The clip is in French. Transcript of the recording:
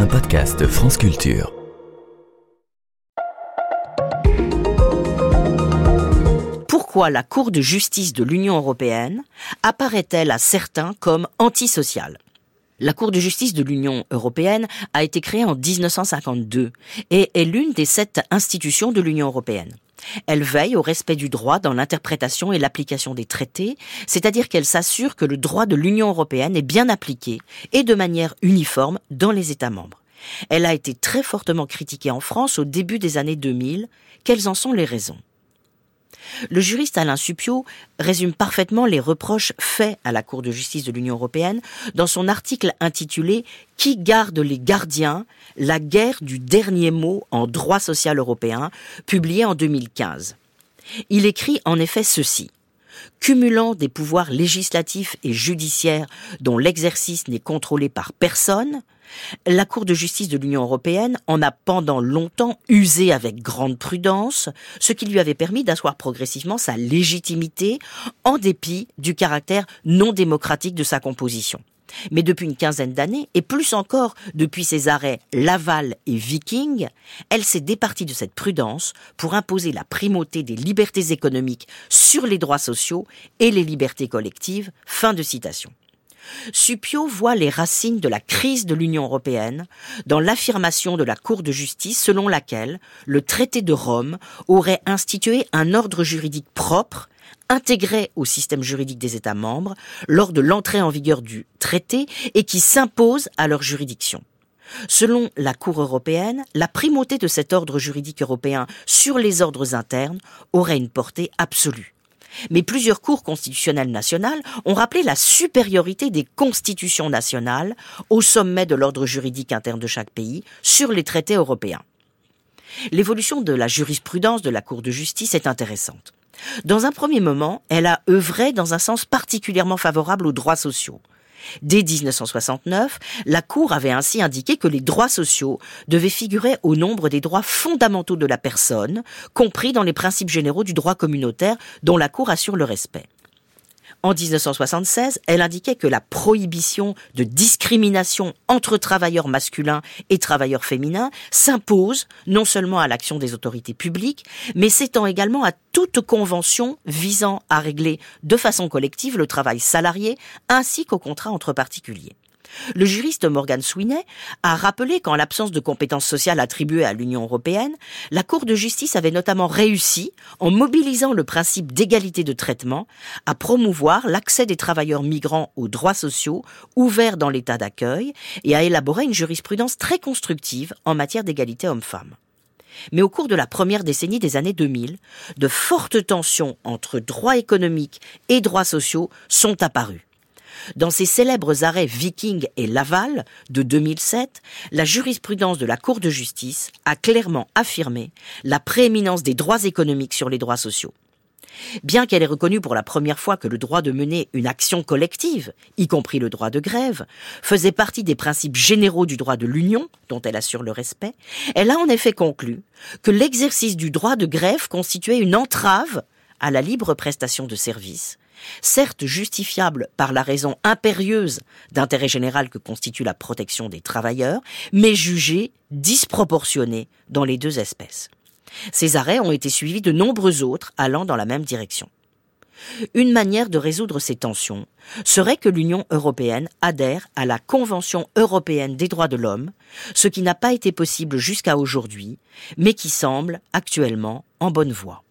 un podcast France Culture. Pourquoi la Cour de justice de l'Union européenne apparaît-elle à certains comme antisociale ? La Cour de justice de l'Union européenne a été créée en 1952 et est l'une des 7 institutions de l'Union européenne. Elle veille au respect du droit dans l'interprétation et l'application des traités, c'est-à-dire qu'elle s'assure que le droit de l'Union européenne est bien appliqué et de manière uniforme dans les États membres. Elle a été très fortement critiquée en France au début des années 2000. Quelles en sont les raisons ? Le juriste Alain Supiot résume parfaitement les reproches faits à la Cour de justice de l'Union européenne dans son article intitulé « Qui garde les gardiens ? La guerre du dernier mot en droit social européen » publié en 2015. Il écrit en effet ceci. Cumulant des pouvoirs législatifs et judiciaires dont l'exercice n'est contrôlé par personne, la Cour de justice de l'Union européenne en a pendant longtemps usé avec grande prudence, ce qui lui avait permis d'asseoir progressivement sa légitimité en dépit du caractère non démocratique de sa composition. Mais depuis une quinzaine d'années, et plus encore depuis ses arrêts Laval et Viking, elle s'est départie de cette prudence pour imposer la primauté des libertés économiques sur les droits sociaux et les libertés collectives. Fin de citation. Supiot voit les racines de la crise de l'Union européenne dans l'affirmation de la Cour de justice selon laquelle le traité de Rome aurait institué un ordre juridique propre, intégré au système juridique des États membres lors de l'entrée en vigueur du traité et qui s'impose à leur juridiction. Selon la Cour européenne, la primauté de cet ordre juridique européen sur les ordres internes aurait une portée absolue. Mais plusieurs cours constitutionnelles nationales ont rappelé la supériorité des constitutions nationales au sommet de l'ordre juridique interne de chaque pays sur les traités européens. L'évolution de la jurisprudence de la Cour de justice est intéressante. Dans un premier moment, elle a œuvré dans un sens particulièrement favorable aux droits sociaux. Dès 1969, la Cour avait ainsi indiqué que les droits sociaux devaient figurer au nombre des droits fondamentaux de la personne, compris dans les principes généraux du droit communautaire dont la Cour assure le respect. En 1976, elle indiquait que la prohibition de discrimination entre travailleurs masculins et travailleurs féminins s'impose non seulement à l'action des autorités publiques, mais s'étend également à toute convention visant à régler de façon collective le travail salarié ainsi qu'aux contrats entre particuliers. Le juriste Morgan Sweeney a rappelé qu'en l'absence de compétences sociales attribuées à l'Union européenne, la Cour de justice avait notamment réussi, en mobilisant le principe d'égalité de traitement, à promouvoir l'accès des travailleurs migrants aux droits sociaux ouverts dans l'état d'accueil et à élaborer une jurisprudence très constructive en matière d'égalité hommes-femmes. Mais au cours de la première décennie des années 2000, de fortes tensions entre droits économiques et droits sociaux sont apparues. Dans ses célèbres arrêts Viking et Laval de 2007, la jurisprudence de la Cour de justice a clairement affirmé la prééminence des droits économiques sur les droits sociaux. Bien qu'elle ait reconnu pour la première fois que le droit de mener une action collective, y compris le droit de grève, faisait partie des principes généraux du droit de l'Union, dont elle assure le respect, elle a en effet conclu que l'exercice du droit de grève constituait une entrave à la libre prestation de services, certes justifiable par la raison impérieuse d'intérêt général que constitue la protection des travailleurs, mais jugée disproportionnée dans les deux espèces. Ces arrêts ont été suivis de nombreux autres allant dans la même direction. Une manière de résoudre ces tensions serait que l'Union européenne adhère à la Convention européenne des droits de l'homme, ce qui n'a pas été possible jusqu'à aujourd'hui, mais qui semble actuellement en bonne voie.